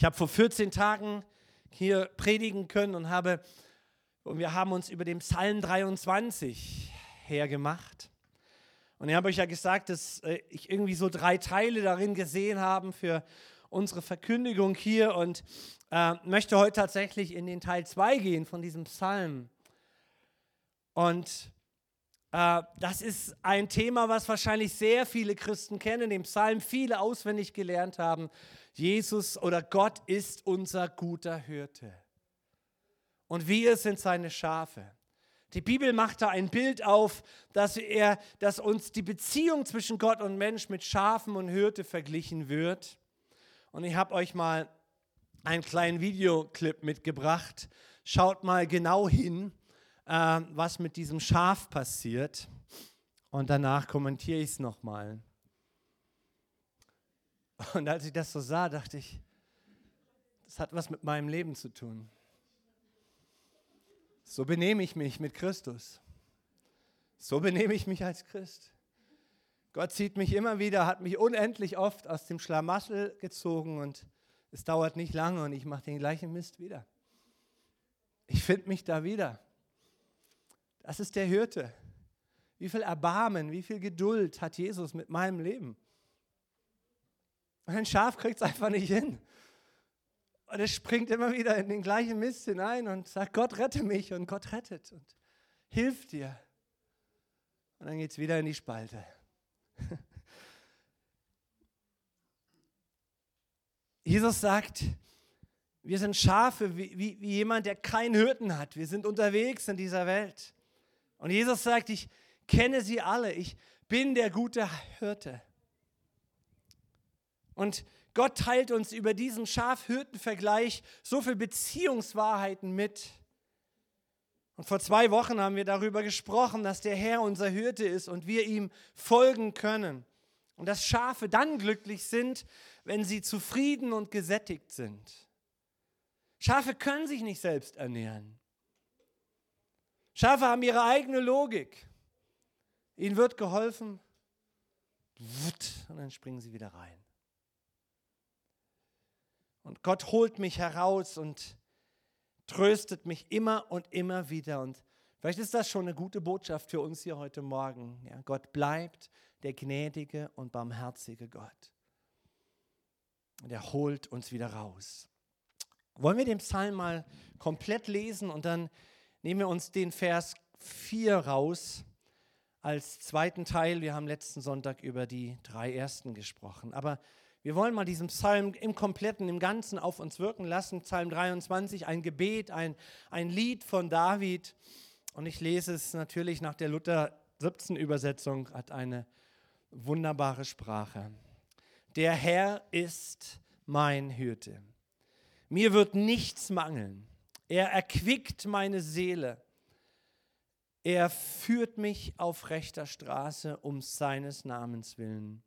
Ich habe vor 14 Tagen hier predigen können und wir haben uns über den Psalm 23 hergemacht. Und ich habe euch ja gesagt, dass ich irgendwie so 3 Teile darin gesehen habe für unsere Verkündigung hier und möchte heute tatsächlich in den Teil 2 gehen von diesem Psalm. Und das ist ein Thema, was wahrscheinlich sehr viele Christen kennen, den Psalm viele auswendig gelernt haben. Jesus oder Gott ist unser guter Hirte. Und wir sind seine Schafe. Die Bibel macht da ein Bild auf, dass uns die Beziehung zwischen Gott und Mensch mit Schafen und Hirte verglichen wird. Und ich habe euch mal einen kleinen Videoclip mitgebracht. Schaut mal genau hin, was mit diesem Schaf passiert. Und danach kommentiere ich es nochmal. Und als ich das so sah, dachte ich, das hat was mit meinem Leben zu tun. So benehme ich mich mit Christus. So benehme ich mich als Christ. Gott zieht mich immer wieder, hat mich unendlich oft aus dem Schlamassel gezogen und es dauert nicht lange und ich mache den gleichen Mist wieder. Ich finde mich da wieder. Das ist der Hirte. Wie viel Erbarmen, wie viel Geduld hat Jesus mit meinem Leben? Und ein Schaf kriegt es einfach nicht hin. Und es springt immer wieder in den gleichen Mist hinein und sagt, Gott rette mich, und Gott rettet und hilft dir. Und dann geht es wieder in die Spalte. Jesus sagt, wir sind Schafe wie jemand, der keinen Hirten hat. Wir sind unterwegs in dieser Welt. Und Jesus sagt, ich kenne sie alle. Ich bin der gute Hirte. Und Gott teilt uns über diesen Schaf-Hirten-Vergleich so viele Beziehungswahrheiten mit. Und vor 2 Wochen haben wir darüber gesprochen, dass der Herr unser Hirte ist und wir ihm folgen können. Und dass Schafe dann glücklich sind, wenn sie zufrieden und gesättigt sind. Schafe können sich nicht selbst ernähren. Schafe haben ihre eigene Logik. Ihnen wird geholfen und dann springen sie wieder rein. Und Gott holt mich heraus und tröstet mich immer und immer wieder. Und vielleicht ist das schon eine gute Botschaft für uns hier heute Morgen. Ja, Gott bleibt der gnädige und barmherzige Gott. Und er holt uns wieder raus. Wollen wir den Psalm mal komplett lesen und dann nehmen wir uns den Vers 4 raus als zweiten Teil. Wir haben letzten Sonntag über die 3 ersten gesprochen. Aber wir wollen mal diesen Psalm im Kompletten, im Ganzen auf uns wirken lassen. Psalm 23, ein Gebet, ein Lied von David. Und ich lese es natürlich nach der Luther 17 Übersetzung, hat eine wunderbare Sprache. Der Herr ist mein Hirte. Mir wird nichts mangeln. Er erquickt meine Seele. Er führt mich auf rechter Straße um seines Namens willen.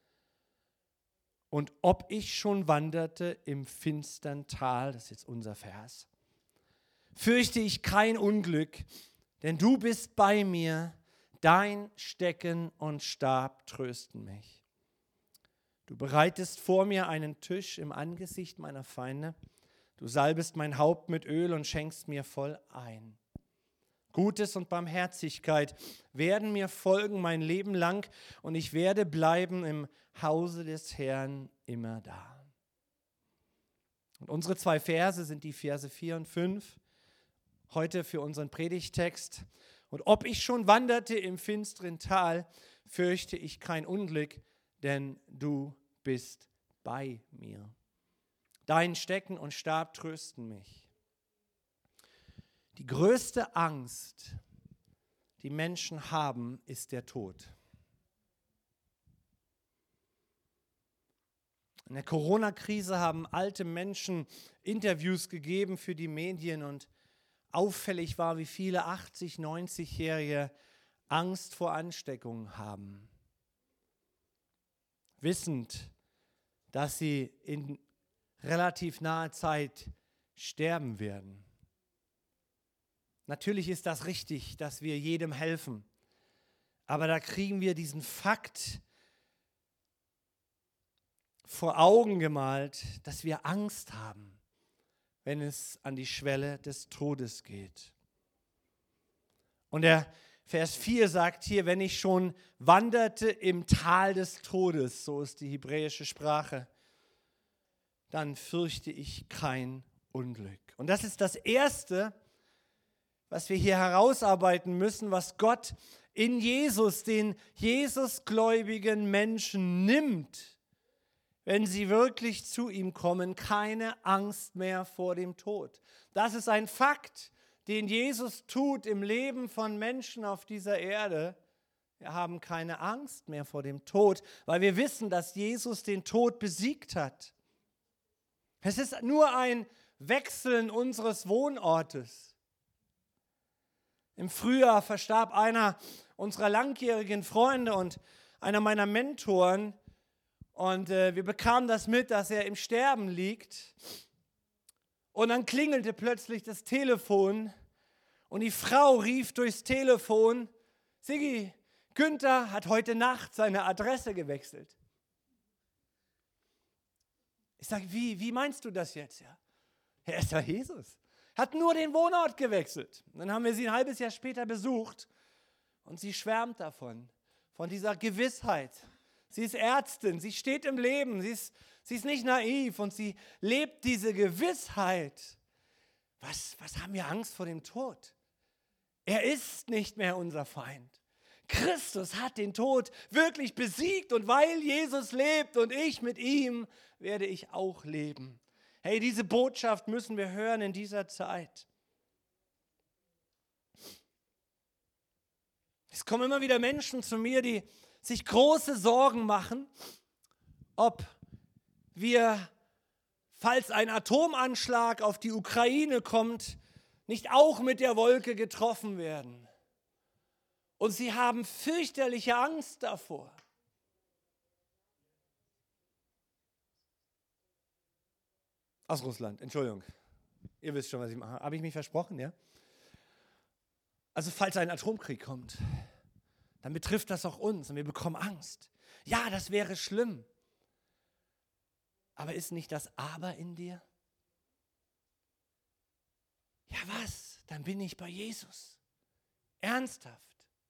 Und ob ich schon wanderte im finstern Tal, das ist jetzt unser Vers, fürchte ich kein Unglück, denn du bist bei mir, dein Stecken und Stab trösten mich. Du bereitest vor mir einen Tisch im Angesicht meiner Feinde, du salbest mein Haupt mit Öl und schenkst mir voll ein. Gutes und Barmherzigkeit werden mir folgen mein Leben lang und ich werde bleiben im Hause des Herrn immer da. Und unsere 2 Verse sind die Verse 4 und 5, heute für unseren Predigtext. Und ob ich schon wanderte im finsteren Tal, fürchte ich kein Unglück, denn du bist bei mir. Dein Stecken und Stab trösten mich. Die größte Angst, die Menschen haben, ist der Tod. In der Corona-Krise haben alte Menschen Interviews gegeben für die Medien und auffällig war, wie viele 80-, 90-Jährige Angst vor Ansteckung haben. Wissend, dass sie in relativ naher Zeit sterben werden. Natürlich ist das richtig, dass wir jedem helfen. Aber da kriegen wir diesen Fakt vor Augen gemalt, dass wir Angst haben, wenn es an die Schwelle des Todes geht. Und der Vers 4 sagt hier, wenn ich schon wanderte im Tal des Todes, so ist die hebräische Sprache, dann fürchte ich kein Unglück. Und das ist das Erste, was wir hier herausarbeiten müssen, was Gott in Jesus, den Jesusgläubigen Menschen nimmt, wenn sie wirklich zu ihm kommen, keine Angst mehr vor dem Tod. Das ist ein Fakt, den Jesus tut im Leben von Menschen auf dieser Erde. Wir haben keine Angst mehr vor dem Tod, weil wir wissen, dass Jesus den Tod besiegt hat. Es ist nur ein Wechseln unseres Wohnortes. Im Frühjahr verstarb einer unserer langjährigen Freunde und einer meiner Mentoren. Und wir bekamen das mit, dass er im Sterben liegt. Und dann klingelte plötzlich das Telefon und die Frau rief durchs Telefon, Sigi, Günther hat heute Nacht seine Adresse gewechselt. Ich sage, wie meinst du das jetzt? Ja, er ist ja Jesus. Hat nur den Wohnort gewechselt. Und dann haben wir sie ein halbes Jahr später besucht und sie schwärmt davon, von dieser Gewissheit. Sie ist Ärztin, sie steht im Leben, sie ist nicht naiv und sie lebt diese Gewissheit. Was haben wir Angst vor dem Tod? Er ist nicht mehr unser Feind. Christus hat den Tod wirklich besiegt und weil Jesus lebt und ich mit ihm, werde ich auch leben. Hey, diese Botschaft müssen wir hören in dieser Zeit. Es kommen immer wieder Menschen zu mir, die sich große Sorgen machen, ob wir, falls ein Atomanschlag auf die Ukraine kommt, nicht auch mit der Wolke getroffen werden. Und sie haben fürchterliche Angst davor. Aus Russland, Entschuldigung. Ihr wisst schon, was ich mache. Habe ich mich versprochen, ja? Also falls ein Atomkrieg kommt, dann betrifft das auch uns und wir bekommen Angst. Ja, das wäre schlimm. Aber ist nicht das Aber in dir? Ja, was? Dann bin ich bei Jesus. Ernsthaft.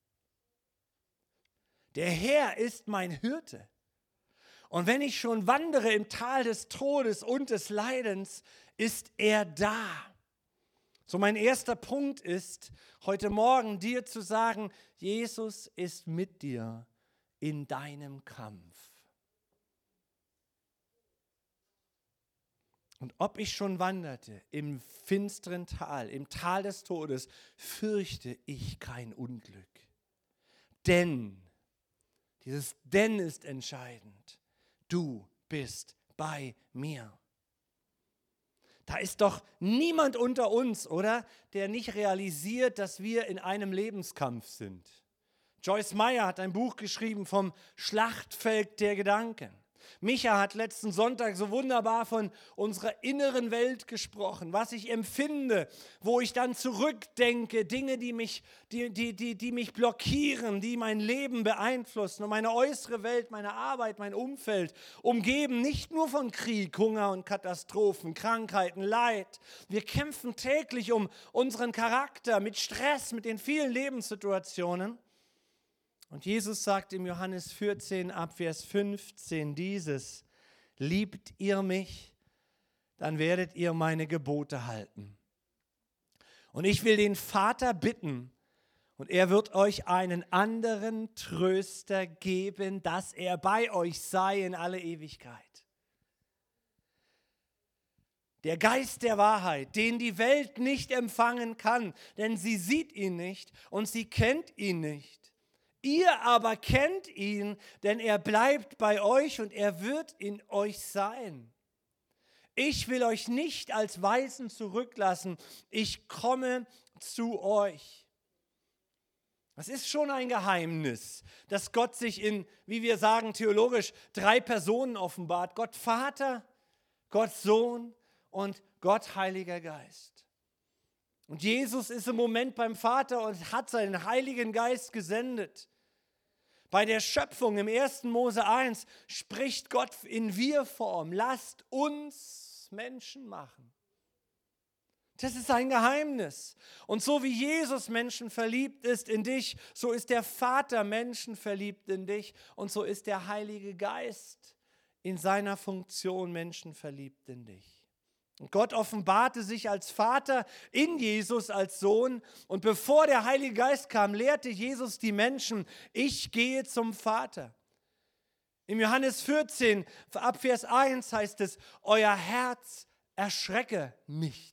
Der Herr ist mein Hirte. Und wenn ich schon wandere im Tal des Todes und des Leidens, ist er da. So mein erster Punkt ist, heute Morgen dir zu sagen, Jesus ist mit dir in deinem Kampf. Und ob ich schon wanderte im finsteren Tal, im Tal des Todes, fürchte ich kein Unglück. Denn, dieses Denn ist entscheidend, du bist bei mir. Da ist doch niemand unter uns, oder, der nicht realisiert, dass wir in einem Lebenskampf sind. Joyce Meyer hat ein Buch geschrieben vom Schlachtfeld der Gedanken. Micha hat letzten Sonntag so wunderbar von unserer inneren Welt gesprochen, was ich empfinde, wo ich dann zurückdenke, Dinge, die mich blockieren, die mein Leben beeinflussen und meine äußere Welt, meine Arbeit, mein Umfeld, umgeben nicht nur von Krieg, Hunger und Katastrophen, Krankheiten, Leid. Wir kämpfen täglich um unseren Charakter mit Stress, mit den vielen Lebenssituationen. Und Jesus sagt im Johannes 14 ab Vers 15 dieses: Liebt ihr mich, dann werdet ihr meine Gebote halten. Und ich will den Vater bitten, und er wird euch einen anderen Tröster geben, dass er bei euch sei in alle Ewigkeit. Der Geist der Wahrheit, den die Welt nicht empfangen kann, denn sie sieht ihn nicht und sie kennt ihn nicht. Ihr aber kennt ihn, denn er bleibt bei euch und er wird in euch sein. Ich will euch nicht als Waisen zurücklassen, ich komme zu euch. Das ist schon ein Geheimnis, dass Gott sich in, wie wir sagen theologisch, 3 Personen offenbart. Gott Vater, Gott Sohn und Gott Heiliger Geist. Und Jesus ist im Moment beim Vater und hat seinen Heiligen Geist gesendet. Bei der Schöpfung im 1. Mose 1 spricht Gott in Wir-Form: Lasst uns Menschen machen. Das ist ein Geheimnis. Und so wie Jesus menschenverliebt ist in dich, so ist der Vater menschenverliebt in dich und so ist der Heilige Geist in seiner Funktion menschenverliebt in dich. Und Gott offenbarte sich als Vater in Jesus als Sohn. Und bevor der Heilige Geist kam, lehrte Jesus die Menschen: Ich gehe zum Vater. Im Johannes 14, ab Vers 1 heißt es: Euer Herz erschrecke nicht.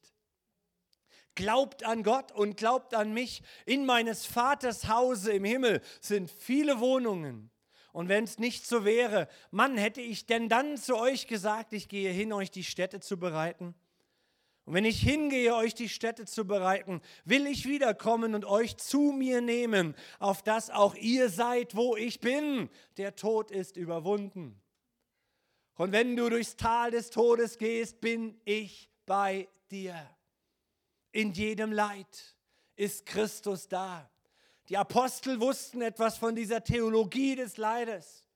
Glaubt an Gott und glaubt an mich. In meines Vaters Hause im Himmel sind viele Wohnungen. Und wenn es nicht so wäre, Mann, hätte ich denn dann zu euch gesagt, ich gehe hin, euch die Stätte zu bereiten? Und wenn ich hingehe, euch die Stätte zu bereiten, will ich wiederkommen und euch zu mir nehmen, auf dass auch ihr seid, wo ich bin. Der Tod ist überwunden. Und wenn du durchs Tal des Todes gehst, bin ich bei dir. In jedem Leid ist Christus da. Die Apostel wussten etwas von dieser Theologie des Leides.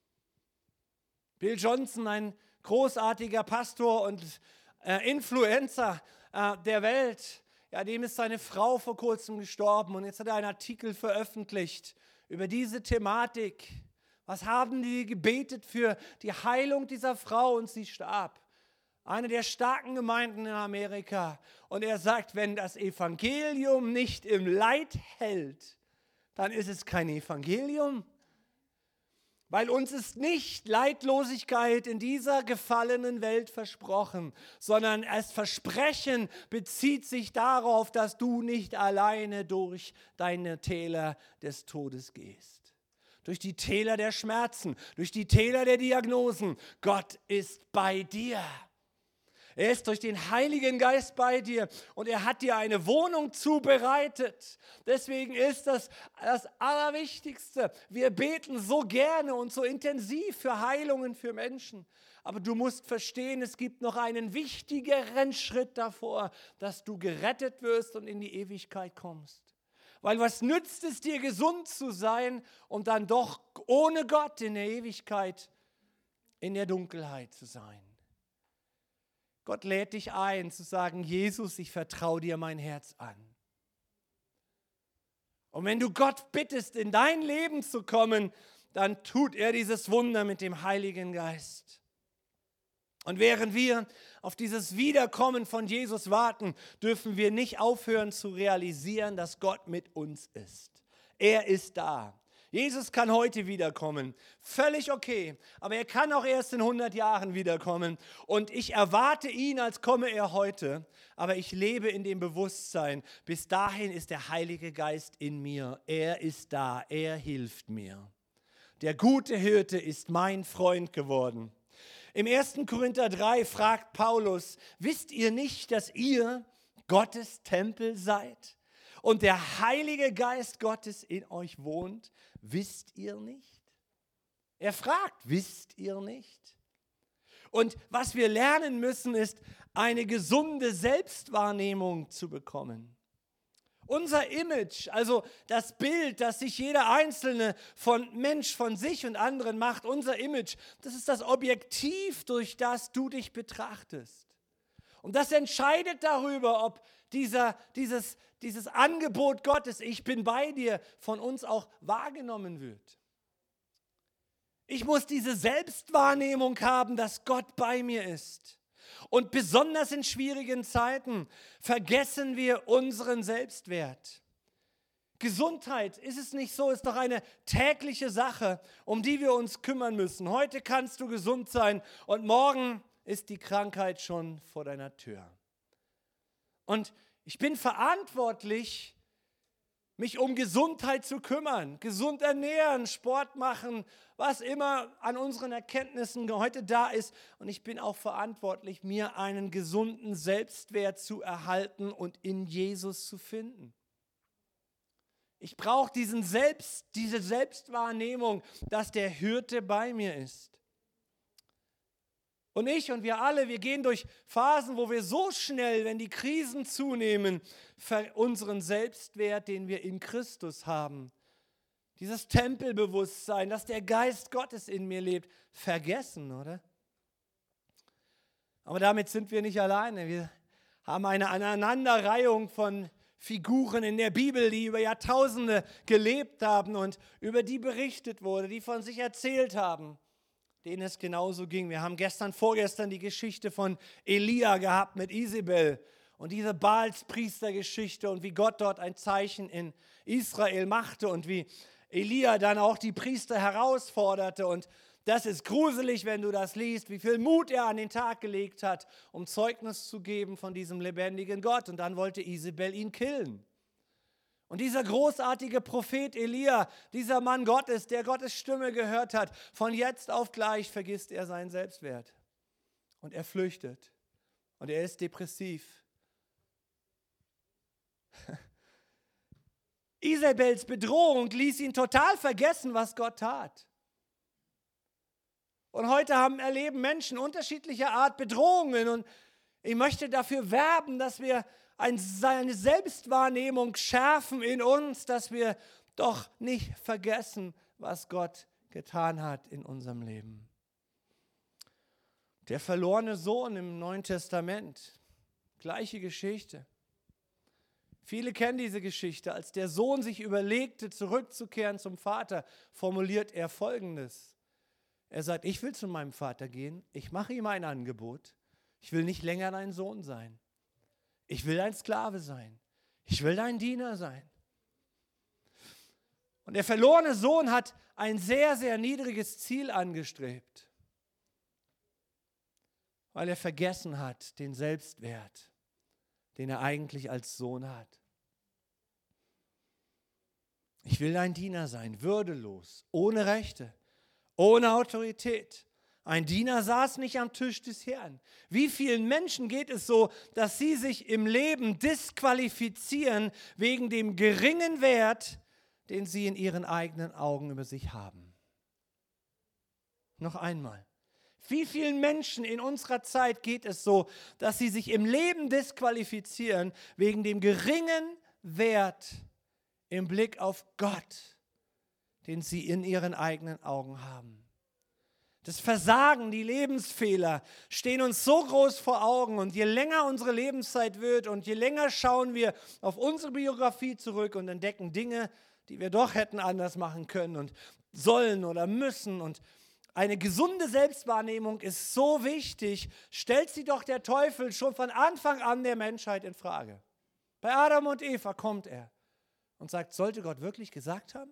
Bill Johnson, ein großartiger Pastor und Influencer der Welt, ja, dem ist seine Frau vor kurzem gestorben und jetzt hat er einen Artikel veröffentlicht über diese Thematik. Was haben die gebetet für die Heilung dieser Frau und sie starb? Eine der starken Gemeinden in Amerika. Und er sagt, wenn das Evangelium nicht im Leid hält, dann ist es kein Evangelium. Weil uns ist nicht Leidlosigkeit in dieser gefallenen Welt versprochen, sondern das Versprechen bezieht sich darauf, dass du nicht alleine durch deine Täler des Todes gehst. Durch die Täler der Schmerzen, durch die Täler der Diagnosen. Gott ist bei dir. Er ist durch den Heiligen Geist bei dir und er hat dir eine Wohnung zubereitet. Deswegen ist das Allerwichtigste. Wir beten so gerne und so intensiv für Heilungen für Menschen. Aber du musst verstehen, es gibt noch einen wichtigeren Schritt davor, dass du gerettet wirst und in die Ewigkeit kommst. Weil was nützt es dir, gesund zu sein und dann doch ohne Gott in der Ewigkeit in der Dunkelheit zu sein? Gott lädt dich ein, zu sagen: Jesus, ich vertraue dir mein Herz an. Und wenn du Gott bittest, in dein Leben zu kommen, dann tut er dieses Wunder mit dem Heiligen Geist. Und während wir auf dieses Wiederkommen von Jesus warten, dürfen wir nicht aufhören zu realisieren, dass Gott mit uns ist. Er ist da. Jesus kann heute wiederkommen, völlig okay, aber er kann auch erst in 100 Jahren wiederkommen und ich erwarte ihn, als komme er heute, aber ich lebe in dem Bewusstsein, bis dahin ist der Heilige Geist in mir, er ist da, er hilft mir. Der gute Hirte ist mein Freund geworden. Im 1. Korinther 3 fragt Paulus: Wisst ihr nicht, dass ihr Gottes Tempel seid und der Heilige Geist Gottes in euch wohnt? Wisst ihr nicht? Er fragt: Wisst ihr nicht? Und was wir lernen müssen, ist, eine gesunde Selbstwahrnehmung zu bekommen. Unser Image, also das Bild, das sich jeder Einzelne Mensch von sich und anderen macht, unser Image, das ist das Objektiv, durch das du dich betrachtest. Und das entscheidet darüber, ob dieses Angebot Gottes, ich bin bei dir, von uns auch wahrgenommen wird. Ich muss diese Selbstwahrnehmung haben, dass Gott bei mir ist. Und besonders in schwierigen Zeiten vergessen wir unseren Selbstwert. Gesundheit, ist es nicht so, ist doch eine tägliche Sache, um die wir uns kümmern müssen. Heute kannst du gesund sein und morgen ist die Krankheit schon vor deiner Tür. Und ich bin verantwortlich, mich um Gesundheit zu kümmern, gesund ernähren, Sport machen, was immer an unseren Erkenntnissen heute da ist. Und ich bin auch verantwortlich, mir einen gesunden Selbstwert zu erhalten und in Jesus zu finden. Ich brauche diese Selbstwahrnehmung, dass der Hirte bei mir ist. Und wir alle, wir gehen durch Phasen, wo wir so schnell, wenn die Krisen zunehmen, unseren Selbstwert, den wir in Christus haben, dieses Tempelbewusstsein, dass der Geist Gottes in mir lebt, vergessen, oder? Aber damit sind wir nicht alleine. Wir haben eine Aneinanderreihung von Figuren in der Bibel, die über Jahrtausende gelebt haben und über die berichtet wurde, die von sich erzählt haben, denen es genauso ging. Wir haben vorgestern die Geschichte von Elia gehabt mit Isabel und diese Baalspriestergeschichte und wie Gott dort ein Zeichen in Israel machte und wie Elia dann auch die Priester herausforderte. Und das ist gruselig, wenn du das liest, wie viel Mut er an den Tag gelegt hat, um Zeugnis zu geben von diesem lebendigen Gott. Und dann wollte Isabel ihn killen. Und dieser großartige Prophet Elia, dieser Mann Gottes, der Gottes Stimme gehört hat, von jetzt auf gleich vergisst er seinen Selbstwert. Und er flüchtet. Und er ist depressiv. Isabels Bedrohung ließ ihn total vergessen, was Gott tat. Und heute erleben Menschen unterschiedlicher Art Bedrohungen. Und ich möchte dafür werben, dass wir eine Selbstwahrnehmung schärfen in uns, dass wir doch nicht vergessen, was Gott getan hat in unserem Leben. Der verlorene Sohn im Neuen Testament, gleiche Geschichte. Viele kennen diese Geschichte. Als der Sohn sich überlegte, zurückzukehren zum Vater, formuliert er Folgendes. Er sagt, ich will zu meinem Vater gehen, ich mache ihm ein Angebot, ich will nicht länger dein Sohn sein. Ich will dein Sklave sein. Ich will dein Diener sein. Und der verlorene Sohn hat ein sehr, sehr niedriges Ziel angestrebt, weil er vergessen hat den Selbstwert, den er eigentlich als Sohn hat. Ich will dein Diener sein, würdelos, ohne Rechte, ohne Autorität. Ein Diener saß nicht am Tisch des Herrn. Wie vielen Menschen geht es so, dass sie sich im Leben disqualifizieren wegen dem geringen Wert, den sie in ihren eigenen Augen über sich haben? Noch einmal. Wie vielen Menschen in unserer Zeit geht es so, dass sie sich im Leben disqualifizieren wegen dem geringen Wert im Blick auf Gott, den sie in ihren eigenen Augen haben? Das Versagen, die Lebensfehler stehen uns so groß vor Augen und je länger unsere Lebenszeit wird und je länger schauen wir auf unsere Biografie zurück und entdecken Dinge, die wir doch hätten anders machen können und sollen oder müssen. Und eine gesunde Selbstwahrnehmung ist so wichtig, stellt sie doch der Teufel schon von Anfang an der Menschheit in Frage. Bei Adam und Eva kommt er und sagt, sollte Gott wirklich gesagt haben?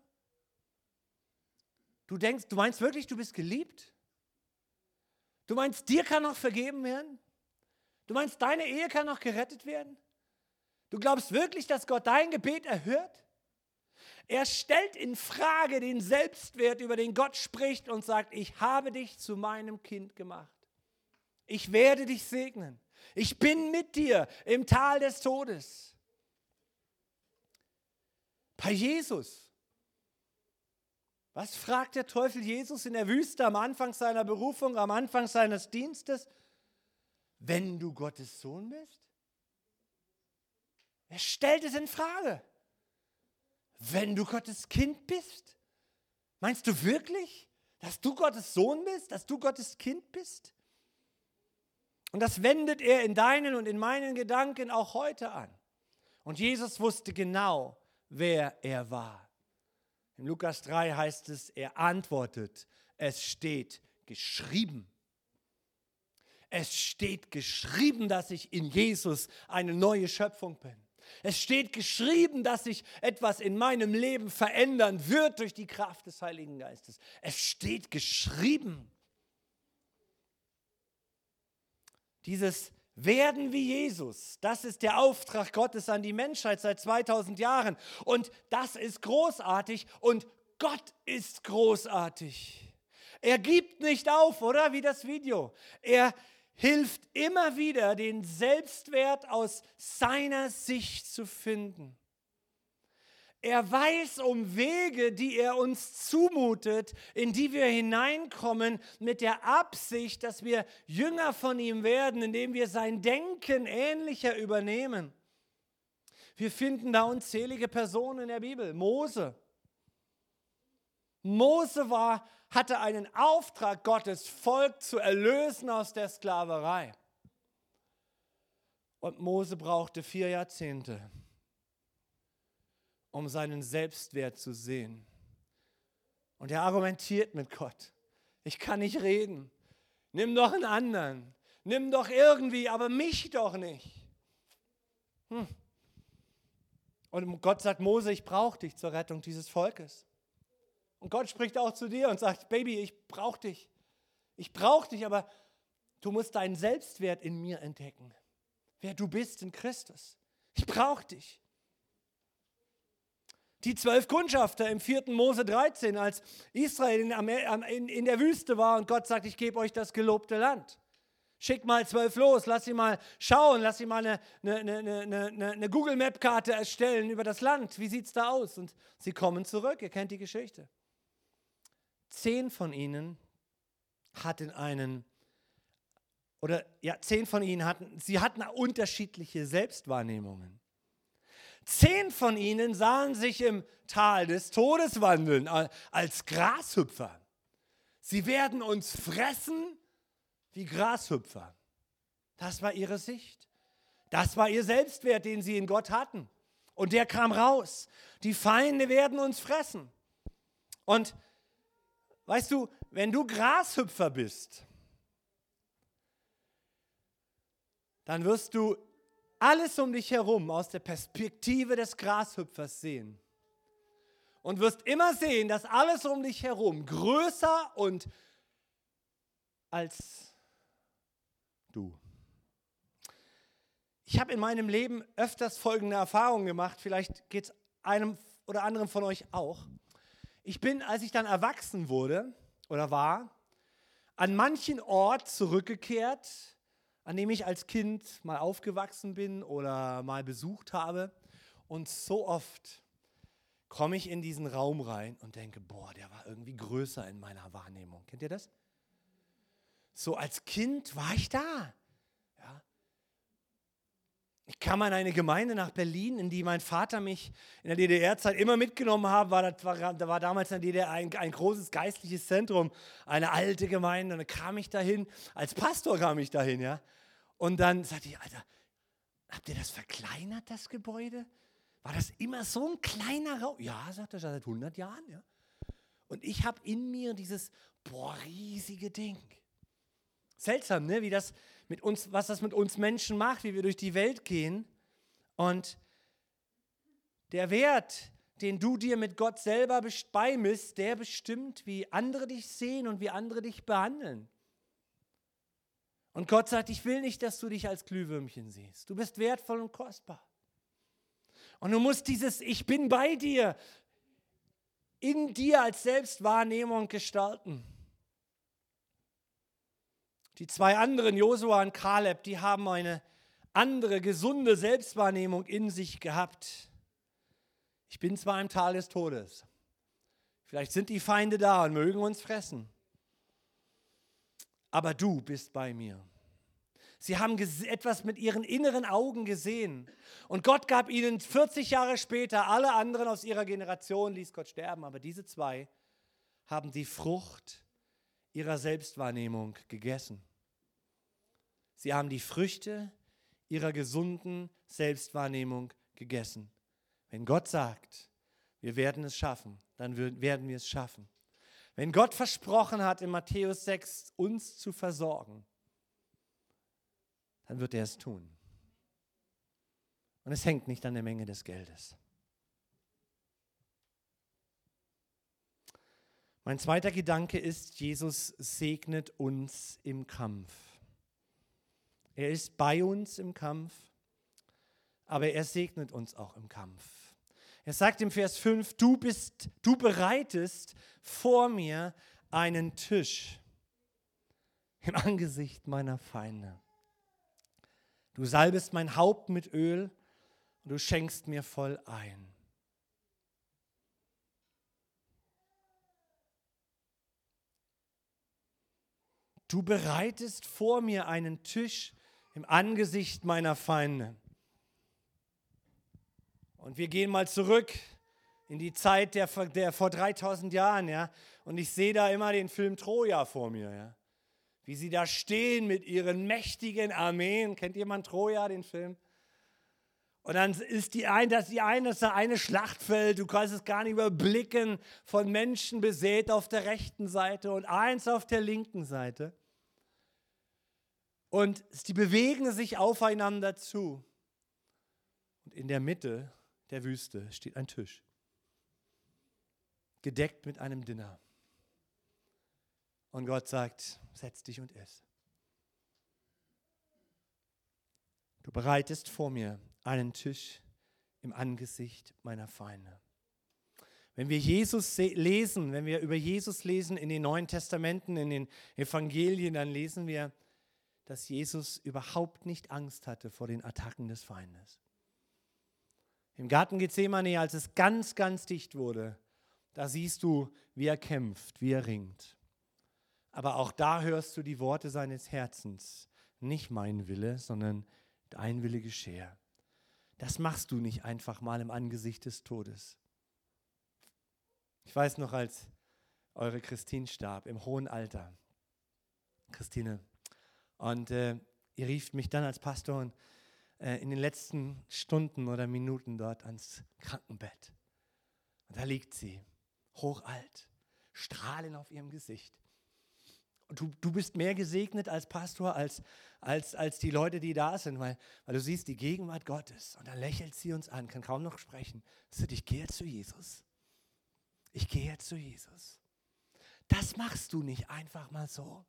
Du meinst wirklich, du bist geliebt? Du meinst, dir kann noch vergeben werden? Du meinst, deine Ehe kann noch gerettet werden? Du glaubst wirklich, dass Gott dein Gebet erhört? Er stellt in Frage den Selbstwert, über den Gott spricht und sagt, ich habe dich zu meinem Kind gemacht. Ich werde dich segnen. Ich bin mit dir im Tal des Todes. Bei Jesus. Was fragt der Teufel Jesus in der Wüste am Anfang seiner Berufung, am Anfang seines Dienstes? Wenn du Gottes Sohn bist? Er stellt es in Frage. Wenn du Gottes Kind bist? Meinst du wirklich, dass du Gottes Sohn bist, dass du Gottes Kind bist? Und das wendet er in deinen und in meinen Gedanken auch heute an. Und Jesus wusste genau, wer er war. In Lukas 3 heißt es, er antwortet, es steht geschrieben. Es steht geschrieben, dass ich in Jesus eine neue Schöpfung bin. Es steht geschrieben, dass sich etwas in meinem Leben verändern wird durch die Kraft des Heiligen Geistes. Es steht geschrieben. Dieses Werden wie Jesus, das ist der Auftrag Gottes an die Menschheit seit 2000 Jahren. Und das ist großartig und Gott ist großartig. Er gibt nicht auf, oder? Wie das Video. Er hilft immer wieder, den Selbstwert aus seiner Sicht zu finden. Er weiß um Wege, die er uns zumutet, in die wir hineinkommen, mit der Absicht, dass wir Jünger von ihm werden, indem wir sein Denken ähnlicher übernehmen. Wir finden da unzählige Personen in der Bibel. Mose, Mose hatte einen Auftrag, Gottes Volk zu erlösen aus der Sklaverei. Und Mose brauchte 4 Jahrzehnte, um seinen Selbstwert zu sehen. Und er argumentiert mit Gott. Ich kann nicht reden. Nimm doch einen anderen. Nimm doch irgendwie, aber mich doch nicht. Und Gott sagt, Mose, ich brauche dich zur Rettung dieses Volkes. Und Gott spricht auch zu dir und sagt, Baby, ich brauche dich. Ich brauche dich, aber du musst deinen Selbstwert in mir entdecken. Wer du bist in Christus. Ich brauche dich. Die 12 Kundschafter im 4. Mose 13, als Israel in der Wüste war und Gott sagt, ich gebe euch das gelobte Land. Schick mal 12 los, lass sie mal schauen, lass sie mal eine Google-Map-Karte erstellen über das Land. Wie sieht es da aus? Und sie kommen zurück, ihr kennt die Geschichte. 10 von ihnen hatten hatten unterschiedliche Selbstwahrnehmungen. 10 von ihnen sahen sich im Tal des Todes wandeln als Grashüpfer. Sie werden uns fressen wie Grashüpfer. Das war ihre Sicht. Das war ihr Selbstwert, den sie in Gott hatten. Und der kam raus. Die Feinde werden uns fressen. Und weißt du, wenn du Grashüpfer bist, dann wirst du alles um dich herum aus der Perspektive des Grashüpfers sehen. Und wirst immer sehen, dass alles um dich herum größer und als du. Ich habe in meinem Leben öfters folgende Erfahrungen gemacht, vielleicht geht es einem oder anderen von euch auch. Ich bin, als ich dann erwachsen wurde oder war, an manchen Ort zurückgekehrt, an dem ich als Kind mal aufgewachsen bin oder mal besucht habe. Und so oft komme ich in diesen Raum rein und denke, boah, der war irgendwie größer in meiner Wahrnehmung. Kennt ihr das? So als Kind war ich da. Ja. Ich kam an eine Gemeinde nach Berlin, in die mein Vater mich in der DDR-Zeit immer mitgenommen hat. Da war damals in der DDR ein großes geistliches Zentrum, eine alte Gemeinde. Und dann kam ich dahin, als Pastor kam ich dahin, ja. Und dann sagte ich, Alter, habt ihr das verkleinert, das Gebäude? War das immer so ein kleiner Raum? Ja, sagt er, seit 100 Jahren, ja. Und ich habe in mir dieses, riesige Ding. Seltsam, ne? Was das mit uns Menschen macht, wie wir durch die Welt gehen. Und der Wert, den du dir mit Gott selber beimisst, der bestimmt, wie andere dich sehen und wie andere dich behandeln. Und Gott sagt, ich will nicht, dass du dich als Glühwürmchen siehst. Du bist wertvoll und kostbar. Und du musst dieses Ich bin bei dir in dir als Selbstwahrnehmung gestalten. Die 2 anderen, Josua und Kaleb, die haben eine andere, gesunde Selbstwahrnehmung in sich gehabt. Ich bin zwar im Tal des Todes. Vielleicht sind die Feinde da und mögen uns fressen. Aber du bist bei mir. Sie haben etwas mit ihren inneren Augen gesehen. Und Gott gab ihnen 40 Jahre später, alle anderen aus ihrer Generation ließ Gott sterben, aber diese 2 haben die Frucht ihrer Selbstwahrnehmung gegessen. Sie haben die Früchte ihrer gesunden Selbstwahrnehmung gegessen. Wenn Gott sagt, wir werden es schaffen, dann werden wir es schaffen. Wenn Gott versprochen hat, in Matthäus 6 uns zu versorgen, dann wird er es tun. Und es hängt nicht an der Menge des Geldes. Mein zweiter Gedanke ist, Jesus segnet uns im Kampf. Er ist bei uns im Kampf, aber er segnet uns auch im Kampf. Er sagt im Vers 5, du bereitest vor mir einen Tisch im Angesicht meiner Feinde. Du salbest mein Haupt mit Öl und du schenkst mir voll ein. Du bereitest vor mir einen Tisch im Angesicht meiner Feinde. Und wir gehen mal zurück in die Zeit der vor 3000 Jahren, ja. Und ich sehe da immer den Film Troja vor mir, ja. Wie sie da stehen mit ihren mächtigen Armeen. Kennt jemand Troja, den Film? Und dann ist das eine Schlachtfeld, du kannst es gar nicht überblicken, von Menschen besät auf der rechten Seite und eins auf der linken Seite. Und die bewegen sich aufeinander zu. Und in der Mitte der Wüste steht ein Tisch, gedeckt mit einem Dinner. Und Gott sagt, setz dich und iss. Du bereitest vor mir einen Tisch im Angesicht meiner Feinde. Wenn wir wenn wir über Jesus lesen in den Neuen Testamenten, in den Evangelien, dann lesen wir, dass Jesus überhaupt nicht Angst hatte vor den Attacken des Feindes. Im Garten Gethsemane, als es ganz, ganz dicht wurde, da siehst du, wie er kämpft, wie er ringt. Aber auch da hörst du die Worte seines Herzens. Nicht mein Wille, sondern dein Wille geschehe. Das machst du nicht einfach mal im Angesicht des Todes. Ich weiß noch, als eure Christine starb, im hohen Alter. Christine. Und ihr rieft mich dann als Pastor in den letzten Stunden oder Minuten dort ans Krankenbett. Und da liegt sie, hochalt, Strahlen auf ihrem Gesicht. Und du bist mehr gesegnet als Pastor, als die Leute, die da sind, weil du siehst die Gegenwart Gottes. Und dann lächelt sie uns an, kann kaum noch sprechen. Sagt, ich gehe zu Jesus. Ich gehe zu Jesus. Das machst du nicht einfach mal so.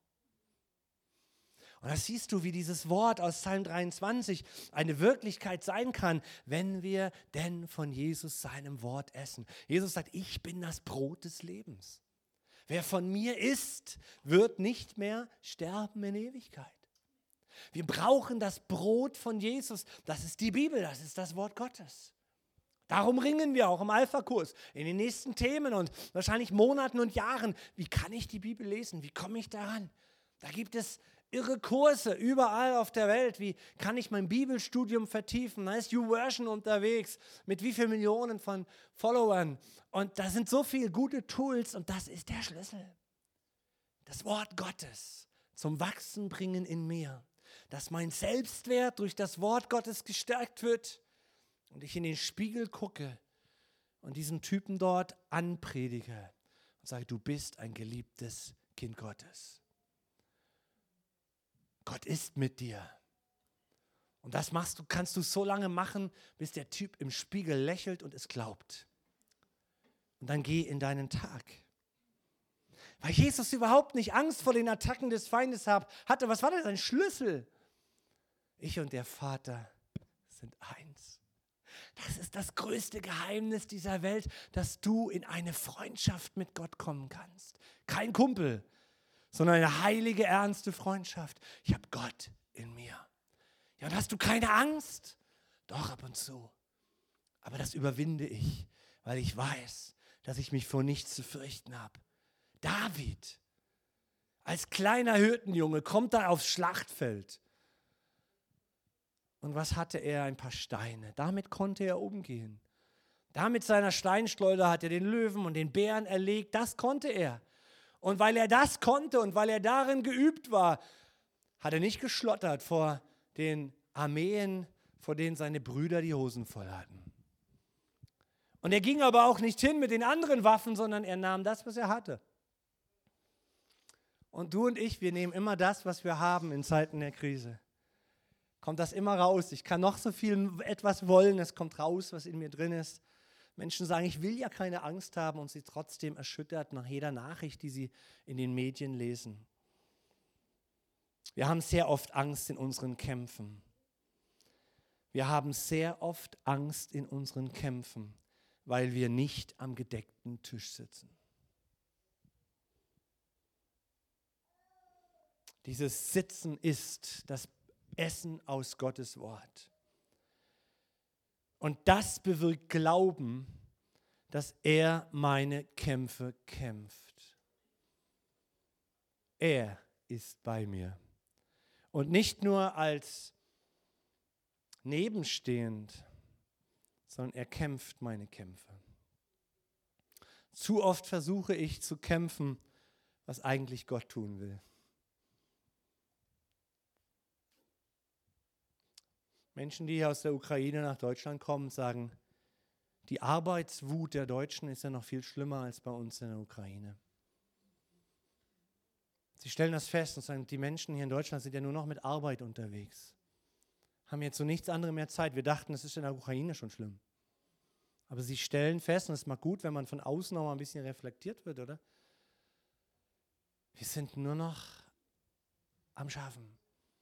Und da siehst du, wie dieses Wort aus Psalm 23 eine Wirklichkeit sein kann, wenn wir denn von Jesus seinem Wort essen. Jesus sagt, ich bin das Brot des Lebens. Wer von mir isst, wird nicht mehr sterben in Ewigkeit. Wir brauchen das Brot von Jesus. Das ist die Bibel, das ist das Wort Gottes. Darum ringen wir auch im Alpha-Kurs in den nächsten Themen und wahrscheinlich Monaten und Jahren. Wie kann ich die Bibel lesen? Wie komme ich daran? Da gibt es irre Kurse überall auf der Welt. Wie kann ich mein Bibelstudium vertiefen? Da ist YouVersion unterwegs mit wie vielen Millionen von Followern. Und da sind so viele gute Tools und das ist der Schlüssel. Das Wort Gottes zum Wachsen bringen in mir. Dass mein Selbstwert durch das Wort Gottes gestärkt wird und ich in den Spiegel gucke und diesen Typen dort anpredige und sage, du bist ein geliebtes Kind Gottes. Gott ist mit dir. Und das kannst du so lange machen, bis der Typ im Spiegel lächelt und es glaubt. Und dann geh in deinen Tag. Weil Jesus überhaupt nicht Angst vor den Attacken des Feindes hatte. Was war denn sein Schlüssel? Ich und der Vater sind eins. Das ist das größte Geheimnis dieser Welt, dass du in eine Freundschaft mit Gott kommen kannst. Kein Kumpel, sondern eine heilige, ernste Freundschaft. Ich habe Gott in mir. Ja, und hast du keine Angst? Doch, ab und zu. Aber das überwinde ich, weil ich weiß, dass ich mich vor nichts zu fürchten habe. David, als kleiner Hirtenjunge, kommt da aufs Schlachtfeld. Und was hatte er? Ein paar Steine. Damit konnte er umgehen. Da mit seiner Steinschleuder hat er den Löwen und den Bären erlegt. Das konnte er. Und weil er das konnte und weil er darin geübt war, hat er nicht geschlottert vor den Armeen, vor denen seine Brüder die Hosen voll hatten. Und er ging aber auch nicht hin mit den anderen Waffen, sondern er nahm das, was er hatte. Und du und ich, wir nehmen immer das, was wir haben in Zeiten der Krise. Kommt das immer raus. Ich kann noch so viel etwas wollen, es kommt raus, was in mir drin ist. Menschen sagen, ich will ja keine Angst haben und sie trotzdem erschüttert nach jeder Nachricht, die sie in den Medien lesen. Wir haben sehr oft Angst in unseren Kämpfen. Wir haben sehr oft Angst in unseren Kämpfen, weil wir nicht am gedeckten Tisch sitzen. Dieses Sitzen ist das Essen aus Gottes Wort. Und das bewirkt Glauben, dass er meine Kämpfe kämpft. Er ist bei mir. Und nicht nur als nebenstehend, sondern er kämpft meine Kämpfe. Zu oft versuche ich zu kämpfen, was eigentlich Gott tun will. Menschen, die aus der Ukraine nach Deutschland kommen, sagen, die Arbeitswut der Deutschen ist ja noch viel schlimmer als bei uns in der Ukraine. Sie stellen das fest und sagen, die Menschen hier in Deutschland sind ja nur noch mit Arbeit unterwegs. Haben jetzt so nichts anderes mehr Zeit. Wir dachten, es ist in der Ukraine schon schlimm. Aber sie stellen fest, und es ist mal gut, wenn man von außen noch mal ein bisschen reflektiert wird, oder? Wir sind nur noch am Schaffen.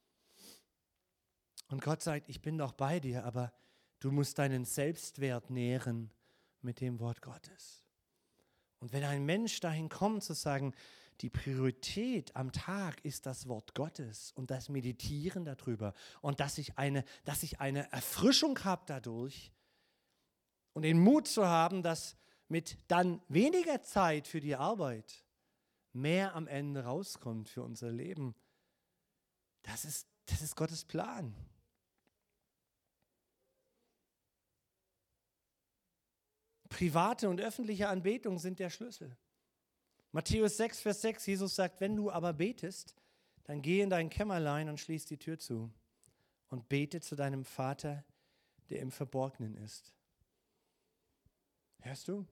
Und Gott sagt, ich bin doch bei dir, aber du musst deinen Selbstwert nähren mit dem Wort Gottes. Und wenn ein Mensch dahin kommt zu sagen, die Priorität am Tag ist das Wort Gottes und das Meditieren darüber und dass ich eine Erfrischung habe dadurch und den Mut zu haben, dass mit dann weniger Zeit für die Arbeit mehr am Ende rauskommt für unser Leben. Das ist Gottes Plan. Private und öffentliche Anbetung sind der Schlüssel. Matthäus 6, Vers 6, Jesus sagt, wenn du aber betest, dann geh in dein Kämmerlein und schließ die Tür zu und bete zu deinem Vater, der im Verborgenen ist. Hörst du?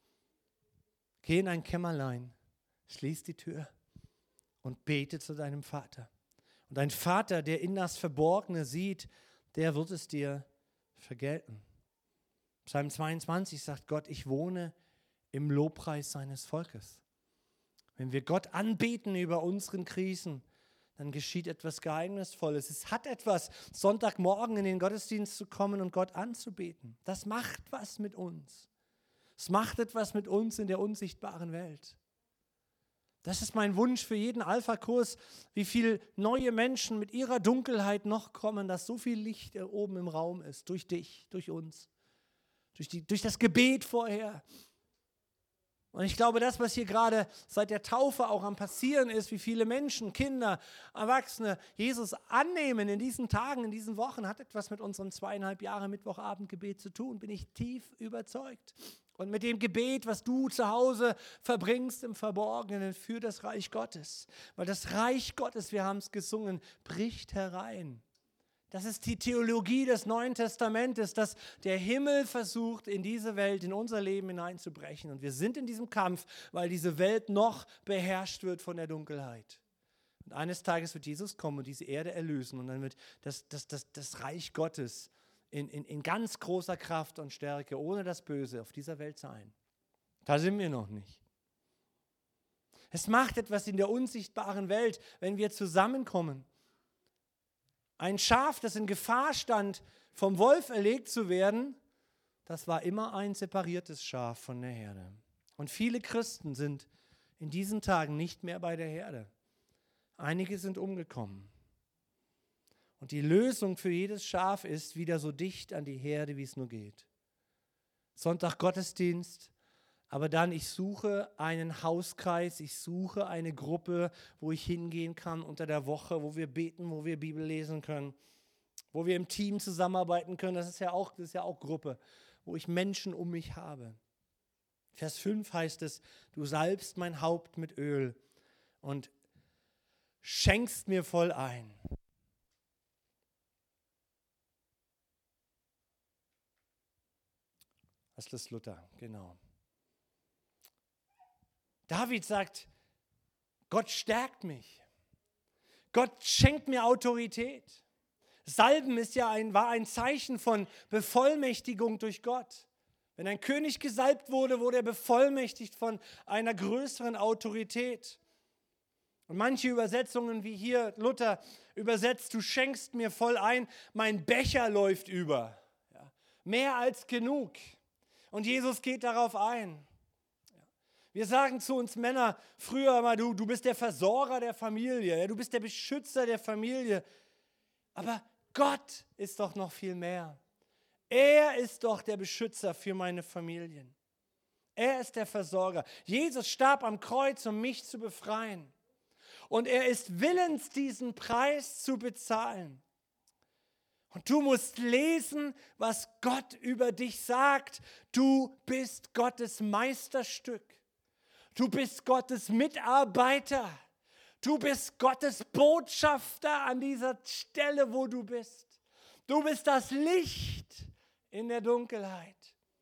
Geh in dein Kämmerlein, schließ die Tür und bete zu deinem Vater. Und dein Vater, der in das Verborgene sieht, der wird es dir vergelten. Psalm 22 sagt Gott, ich wohne im Lobpreis seines Volkes. Wenn wir Gott anbeten über unseren Krisen, dann geschieht etwas Geheimnisvolles. Es hat etwas, Sonntagmorgen in den Gottesdienst zu kommen und Gott anzubeten. Das macht was mit uns. Es macht etwas mit uns in der unsichtbaren Welt. Das ist mein Wunsch für jeden Alpha-Kurs, wie viele neue Menschen mit ihrer Dunkelheit noch kommen, dass so viel Licht oben im Raum ist, durch dich, durch uns, durch das Gebet vorher. Und ich glaube, das, was hier gerade seit der Taufe auch am Passieren ist, wie viele Menschen, Kinder, Erwachsene Jesus annehmen in diesen Tagen, in diesen Wochen, hat etwas mit unserem 2,5 Jahre Mittwochabendgebet zu tun, bin ich tief überzeugt. Und mit dem Gebet, was du zu Hause verbringst im Verborgenen für das Reich Gottes. Weil das Reich Gottes, wir haben es gesungen, bricht herein. Das ist die Theologie des Neuen Testamentes, dass der Himmel versucht, in diese Welt, in unser Leben hineinzubrechen. Und wir sind in diesem Kampf, weil diese Welt noch beherrscht wird von der Dunkelheit. Und eines Tages wird Jesus kommen und diese Erde erlösen. Und dann wird das Reich Gottes in ganz großer Kraft und Stärke, ohne das Böse, auf dieser Welt sein. Da sind wir noch nicht. Es macht etwas in der unsichtbaren Welt, wenn wir zusammenkommen. Ein Schaf, das in Gefahr stand, vom Wolf erlegt zu werden, das war immer ein separiertes Schaf von der Herde. Und viele Christen sind in diesen Tagen nicht mehr bei der Herde. Einige sind umgekommen. Und die Lösung für jedes Schaf ist, wieder so dicht an die Herde, wie es nur geht. Sonntag Gottesdienst, aber dann, ich suche einen Hauskreis, ich suche eine Gruppe, wo ich hingehen kann unter der Woche, wo wir beten, wo wir Bibel lesen können, wo wir im Team zusammenarbeiten können. Das ist ja auch Gruppe, wo ich Menschen um mich habe. Vers 5 heißt es, du salbst mein Haupt mit Öl und schenkst mir voll ein. Das ist Luther, genau. David sagt, Gott stärkt mich. Gott schenkt mir Autorität. Salben war ein Zeichen von Bevollmächtigung durch Gott. Wenn ein König gesalbt wurde, wurde er bevollmächtigt von einer größeren Autorität. Und manche Übersetzungen, wie hier Luther übersetzt, du schenkst mir voll ein, mein Becher läuft über. Ja, mehr als genug. Und Jesus geht darauf ein. Wir sagen zu uns Männer früher immer, du bist der Versorger der Familie, du bist der Beschützer der Familie. Aber Gott ist doch noch viel mehr. Er ist doch der Beschützer für meine Familien. Er ist der Versorger. Jesus starb am Kreuz, um mich zu befreien. Und er ist willens, diesen Preis zu bezahlen. Und du musst lesen, was Gott über dich sagt. Du bist Gottes Meisterstück. Du bist Gottes Mitarbeiter. Du bist Gottes Botschafter an dieser Stelle, wo du bist. Du bist das Licht in der Dunkelheit.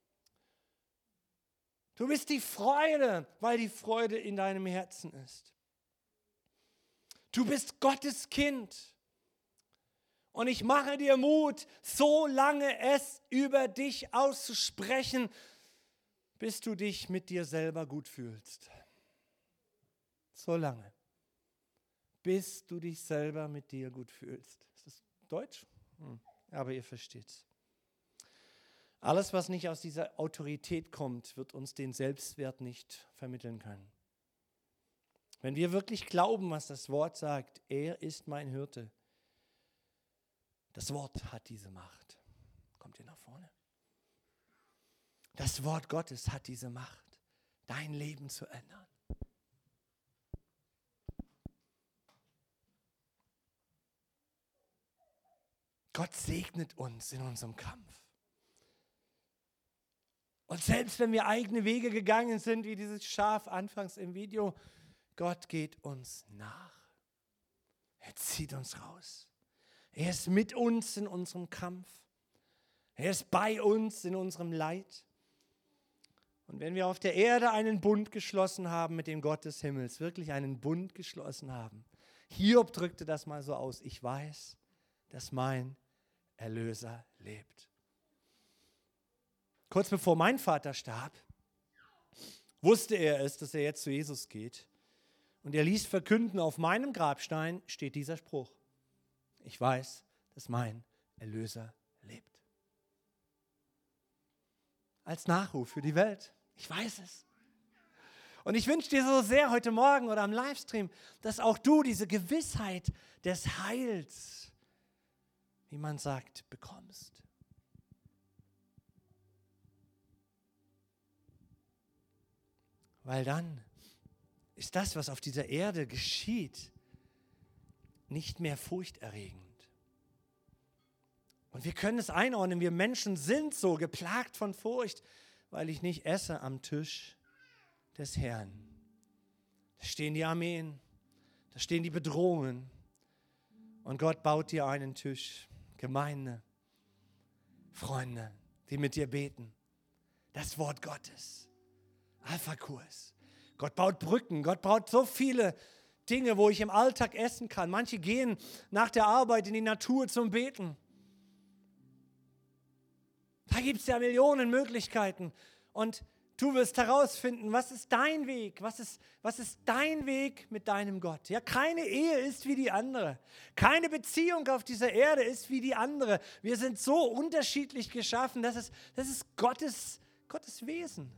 Du bist die Freude, weil die Freude in deinem Herzen ist. Du bist Gottes Kind. Und ich mache dir Mut, so lange es über dich auszusprechen, bis du dich mit dir selber gut fühlst. So lange. Bis du dich selber mit dir gut fühlst. Ist das Deutsch? Aber ihr versteht's. Alles, was nicht aus dieser Autorität kommt, wird uns den Selbstwert nicht vermitteln können. Wenn wir wirklich glauben, was das Wort sagt, er ist mein Hirte. Das Wort hat diese Macht. Kommt ihr nach vorne? Das Wort Gottes hat diese Macht, dein Leben zu ändern. Gott segnet uns in unserem Kampf. Und selbst wenn wir eigene Wege gegangen sind, wie dieses Schaf anfangs im Video, Gott geht uns nach. Er zieht uns raus. Er ist mit uns in unserem Kampf. Er ist bei uns in unserem Leid. Und wenn wir auf der Erde einen Bund geschlossen haben mit dem Gott des Himmels, wirklich einen Bund geschlossen haben, Hiob drückte das mal so aus: Ich weiß, dass mein Erlöser lebt. Kurz bevor mein Vater starb, wusste er es, dass er jetzt zu Jesus geht. Und er ließ verkünden, auf meinem Grabstein steht dieser Spruch: Ich weiß, dass mein Erlöser lebt. Als Nachruf für die Welt. Ich weiß es. Und ich wünsche dir so sehr heute Morgen oder am Livestream, dass auch du diese Gewissheit des Heils, wie man sagt, bekommst. Weil dann ist das, was auf dieser Erde geschieht, nicht mehr furchterregend. Und wir können es einordnen, wir Menschen sind so geplagt von Furcht, weil ich nicht esse am Tisch des Herrn. Da stehen die Armeen, da stehen die Bedrohungen und Gott baut dir einen Tisch. Gemeinde, Freunde, die mit dir beten. Das Wort Gottes. Alpha-Kurs. Gott baut Brücken, Gott baut so viele Dinge, wo ich im Alltag essen kann. Manche gehen nach der Arbeit in die Natur zum Beten. Da gibt es ja Millionen Möglichkeiten. Und du wirst herausfinden, was ist dein Weg? Was ist dein Weg mit deinem Gott? Ja, keine Ehe ist wie die andere. Keine Beziehung auf dieser Erde ist wie die andere. Wir sind so unterschiedlich geschaffen. Das ist Gottes Wesen.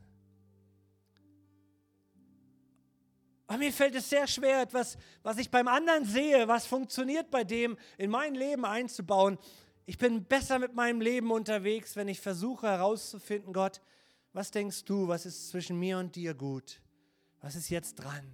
Aber mir fällt es sehr schwer, etwas, was ich beim anderen sehe, was funktioniert bei dem, in mein Leben einzubauen. Ich bin besser mit meinem Leben unterwegs, wenn ich versuche herauszufinden, Gott, was denkst du, was ist zwischen mir und dir gut? Was ist jetzt dran?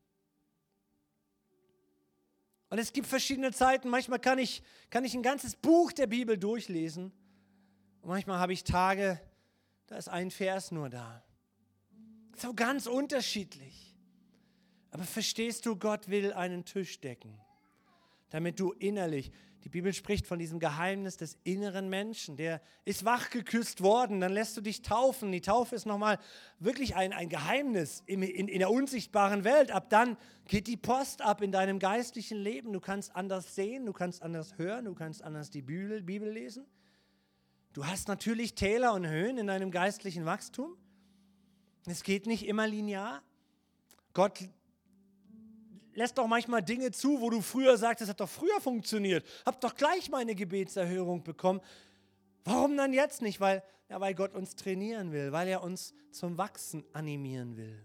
Und es gibt verschiedene Zeiten. Manchmal kann ich ein ganzes Buch der Bibel durchlesen. Und manchmal habe ich Tage, da ist ein Vers nur da. So ganz unterschiedlich. Aber verstehst du, Gott will einen Tisch decken, damit du innerlich, die Bibel spricht von diesem Geheimnis des inneren Menschen, der ist wachgeküsst worden, dann lässt du dich taufen. Die Taufe ist nochmal wirklich ein Geheimnis in der unsichtbaren Welt. Ab dann geht die Post ab in deinem geistlichen Leben. Du kannst anders sehen, du kannst anders hören, du kannst anders die Bibel lesen. Du hast natürlich Täler und Höhen in deinem geistlichen Wachstum. Es geht nicht immer linear. Gott lässt doch manchmal Dinge zu, wo du früher sagst, das hat doch früher funktioniert. Hab doch gleich meine Gebetserhörung bekommen. Warum dann jetzt nicht? Weil Gott uns trainieren will, weil er uns zum Wachsen animieren will.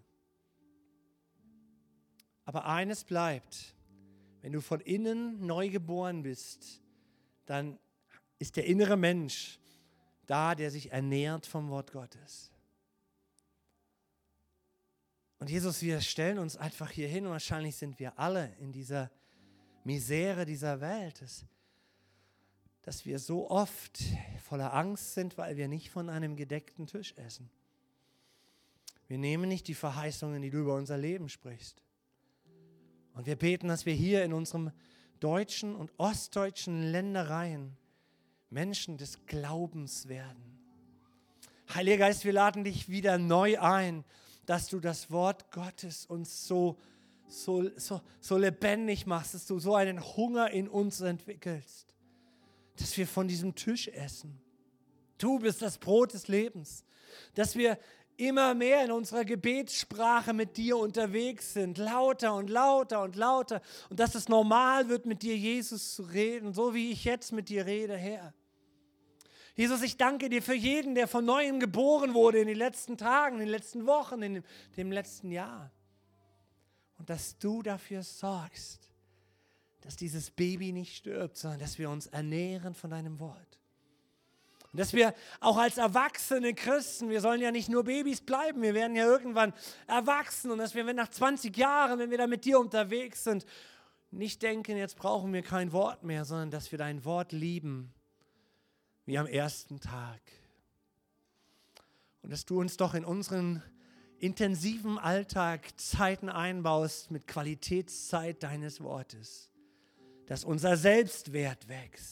Aber eines bleibt, wenn du von innen neu geboren bist, dann ist der innere Mensch da, der sich ernährt vom Wort Gottes. Und Jesus, wir stellen uns einfach hier hin und wahrscheinlich sind wir alle in dieser Misere dieser Welt. dass wir so oft voller Angst sind, weil wir nicht von einem gedeckten Tisch essen. Wir nehmen nicht die Verheißungen, die du über unser Leben sprichst. Und wir beten, dass wir hier in unserem deutschen und ostdeutschen Ländereien Menschen des Glaubens werden. Heiliger Geist, wir laden dich wieder neu ein, dass du das Wort Gottes uns so lebendig machst, dass du so einen Hunger in uns entwickelst, dass wir von diesem Tisch essen. Du bist das Brot des Lebens, dass wir immer mehr in unserer Gebetssprache mit dir unterwegs sind, lauter und lauter und lauter, und dass es normal wird, mit dir, Jesus, zu reden, so wie ich jetzt mit dir rede, Herr. Jesus, ich danke dir für jeden, der von Neuem geboren wurde in den letzten Tagen, in den letzten Wochen, in dem letzten Jahr. Und dass du dafür sorgst, dass dieses Baby nicht stirbt, sondern dass wir uns ernähren von deinem Wort. Und dass wir auch als erwachsene Christen, wir sollen ja nicht nur Babys bleiben, wir werden ja irgendwann erwachsen, und dass wir nach 20 Jahren, wenn wir da mit dir unterwegs sind, nicht denken, jetzt brauchen wir kein Wort mehr, sondern dass wir dein Wort lieben, wie am ersten Tag. Und dass du uns doch in unseren intensiven Alltag Zeiten einbaust mit Qualitätszeit deines Wortes, dass unser Selbstwert wächst.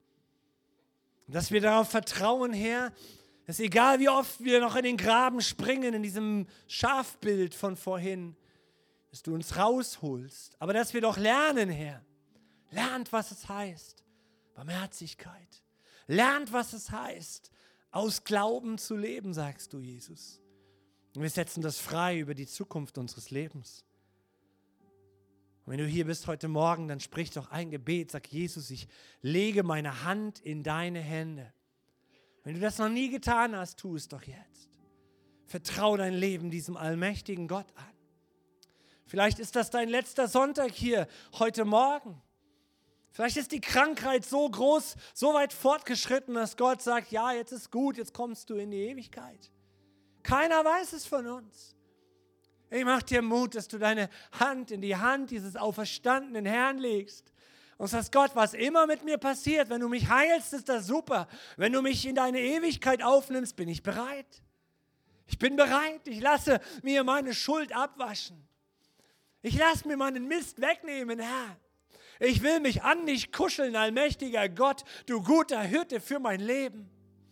Und dass wir darauf vertrauen, Herr, dass egal wie oft wir noch in den Graben springen, in diesem Schafbild von vorhin, dass du uns rausholst, aber dass wir doch lernen, Herr, lernt, was es heißt, Barmherzigkeit, lernt, was es heißt, aus Glauben zu leben, sagst du, Jesus. Und wir setzen das frei über die Zukunft unseres Lebens. Und wenn du hier bist heute Morgen, dann sprich doch ein Gebet. Sag, Jesus, ich lege meine Hand in deine Hände. Wenn du das noch nie getan hast, tu es doch jetzt. Vertrau dein Leben diesem allmächtigen Gott an. Vielleicht ist das dein letzter Sonntag hier heute Morgen. Vielleicht ist die Krankheit so groß, so weit fortgeschritten, dass Gott sagt, ja, jetzt ist gut, jetzt kommst du in die Ewigkeit. Keiner weiß es von uns. Ich mache dir Mut, dass du deine Hand in die Hand dieses auferstandenen Herrn legst und sagst, Gott, was immer mit mir passiert, wenn du mich heilst, ist das super. Wenn du mich in deine Ewigkeit aufnimmst, bin ich bereit. Ich bin bereit. Ich lasse mir meine Schuld abwaschen. Ich lasse mir meinen Mist wegnehmen, Herr. Ich will mich an dich kuscheln, allmächtiger Gott, du guter Hirte für mein Leben.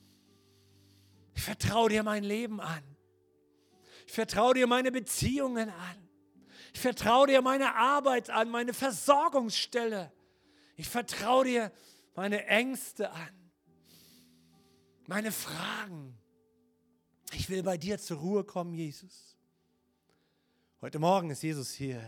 Ich vertraue dir mein Leben an. Ich vertraue dir meine Beziehungen an. Ich vertraue dir meine Arbeit an, meine Versorgungsstelle. Ich vertraue dir meine Ängste an, meine Fragen. Ich will bei dir zur Ruhe kommen, Jesus. Heute Morgen ist Jesus hier.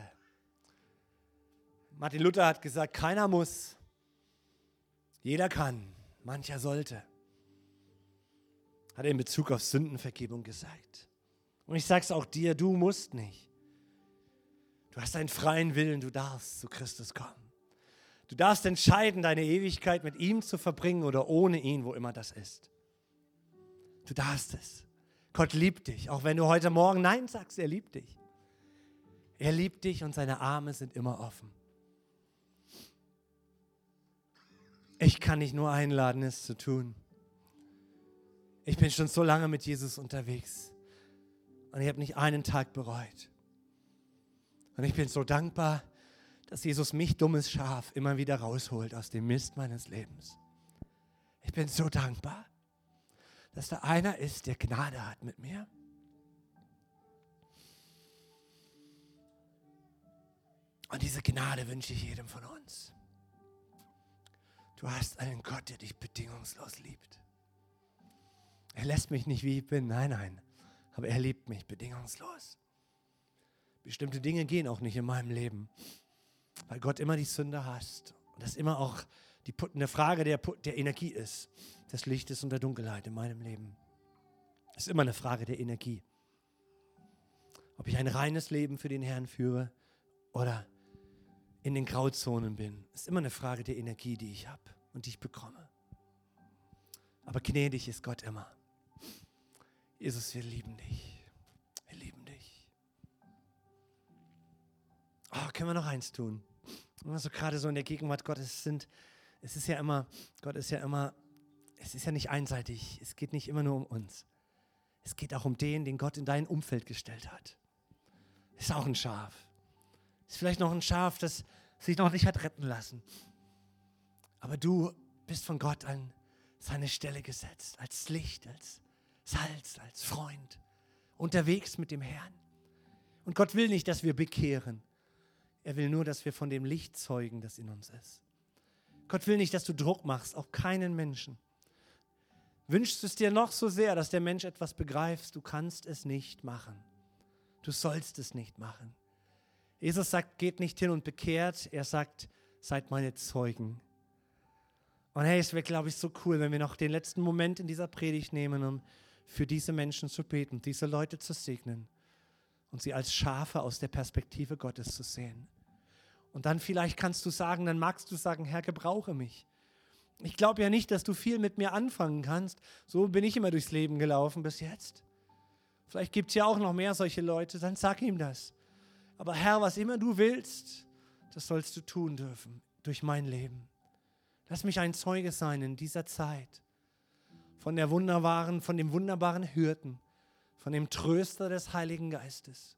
Martin Luther hat gesagt, keiner muss, jeder kann, mancher sollte. Hat er in Bezug auf Sündenvergebung gesagt. Und ich sage es auch dir, du musst nicht. Du hast einen freien Willen, du darfst zu Christus kommen. Du darfst entscheiden, deine Ewigkeit mit ihm zu verbringen oder ohne ihn, wo immer das ist. Du darfst es. Gott liebt dich, auch wenn du heute Morgen Nein sagst, er liebt dich. Er liebt dich und seine Arme sind immer offen. Ich kann dich nur einladen, es zu tun. Ich bin schon so lange mit Jesus unterwegs. Und ich habe nicht einen Tag bereut. Und ich bin so dankbar, dass Jesus mich, dummes Schaf, immer wieder rausholt aus dem Mist meines Lebens. Ich bin so dankbar, dass da einer ist, der Gnade hat mit mir. Und diese Gnade wünsche ich jedem von uns. Du hast einen Gott, der dich bedingungslos liebt. Er lässt mich nicht, wie ich bin. Nein. Aber er liebt mich bedingungslos. Bestimmte Dinge gehen auch nicht in meinem Leben, weil Gott immer die Sünde hasst. Und das immer auch eine Frage der Energie ist, des Lichtes und der Dunkelheit in meinem Leben. Es ist immer eine Frage der Energie. Ob ich ein reines Leben für den Herrn führe oder in den Grauzonen bin, ist immer eine Frage der Energie, die ich habe und die ich bekomme. Aber gnädig ist Gott immer. Jesus, wir lieben dich. Wir lieben dich. Oh, können wir noch eins tun? Also gerade so in der Gegenwart Gottes sind es ist ja immer, Gott ist ja immer, es ist ja nicht einseitig. Es geht nicht immer nur um uns. Es geht auch um den Gott in dein Umfeld gestellt hat. Ist auch ein Schaf. Ist vielleicht noch ein Schaf, das sich noch nicht hat retten lassen. Aber du bist von Gott an seine Stelle gesetzt, als Licht, als Salz, als Freund, unterwegs mit dem Herrn. Und Gott will nicht, dass wir bekehren. Er will nur, dass wir von dem Licht zeugen, das in uns ist. Gott will nicht, dass du Druck machst, auf keinen Menschen. Wünschst du es dir noch so sehr, dass der Mensch etwas begreift, du kannst es nicht machen. Du sollst es nicht machen. Jesus sagt, geht nicht hin und bekehrt. Er sagt, seid meine Zeugen. Und hey, es wäre, glaube ich, so cool, wenn wir noch den letzten Moment in dieser Predigt nehmen, um für diese Menschen zu beten, diese Leute zu segnen und sie als Schafe aus der Perspektive Gottes zu sehen. Und dann vielleicht kannst du sagen, dann magst du sagen, Herr, gebrauche mich. Ich glaube ja nicht, dass du viel mit mir anfangen kannst. So bin ich immer durchs Leben gelaufen bis jetzt. Vielleicht gibt es ja auch noch mehr solche Leute, dann sag ihm das. Aber Herr, was immer du willst, das sollst du tun dürfen durch mein Leben. Lass mich ein Zeuge sein in dieser Zeit von dem wunderbaren Hirten, von dem Tröster des Heiligen Geistes.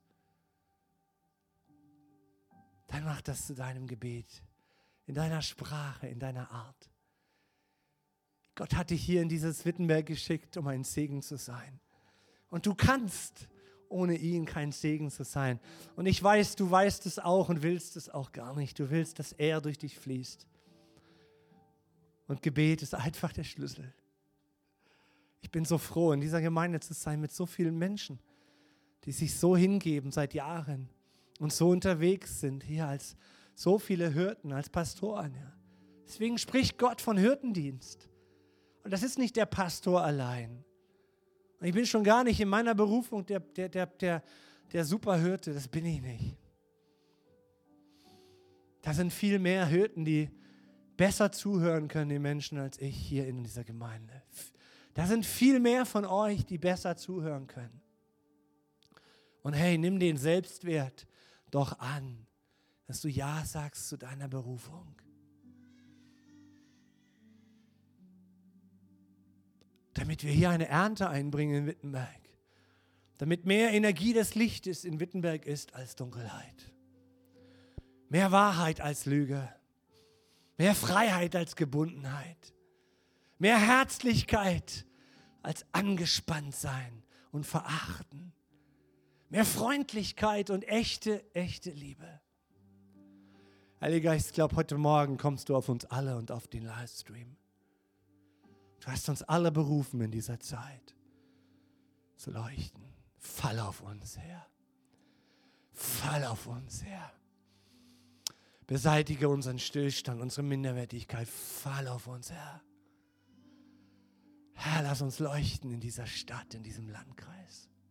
Dann mach das zu deinem Gebet, in deiner Sprache, in deiner Art. Gott hat dich hier in dieses Wittenberg geschickt, um ein Segen zu sein. Und du kannst ohne ihn kein Segen zu sein. Und ich weiß, du weißt es auch und willst es auch gar nicht. Du willst, dass er durch dich fließt. Und Gebet ist einfach der Schlüssel. Ich bin so froh, in dieser Gemeinde zu sein mit so vielen Menschen, die sich so hingeben seit Jahren und so unterwegs sind, hier als so viele Hirten, als Pastoren. Ja. Deswegen spricht Gott von Hirtendienst. Und das ist nicht der Pastor allein. Und ich bin schon gar nicht in meiner Berufung der Superhirte, das bin ich nicht. Da sind viel mehr Hirten, die besser zuhören können, den Menschen, als ich hier in dieser Gemeinde. Da sind viel mehr von euch, die besser zuhören können. Und hey, nimm den Selbstwert doch an, dass du Ja sagst zu deiner Berufung. Damit wir hier eine Ernte einbringen in Wittenberg. Damit mehr Energie des Lichtes in Wittenberg ist als Dunkelheit. Mehr Wahrheit als Lüge. Mehr Freiheit als Gebundenheit. Mehr Herzlichkeit als angespannt sein und verachten. Mehr Freundlichkeit und echte Liebe. Heiliger Geist, ich glaube, heute Morgen kommst du auf uns alle und auf den Livestream. Du hast uns alle berufen in dieser Zeit zu leuchten. Fall auf uns, Herr. Fall auf uns, Herr. Beseitige unseren Stillstand, unsere Minderwertigkeit. Fall auf uns, Herr. Herr, lass uns leuchten in dieser Stadt, in diesem Landkreis.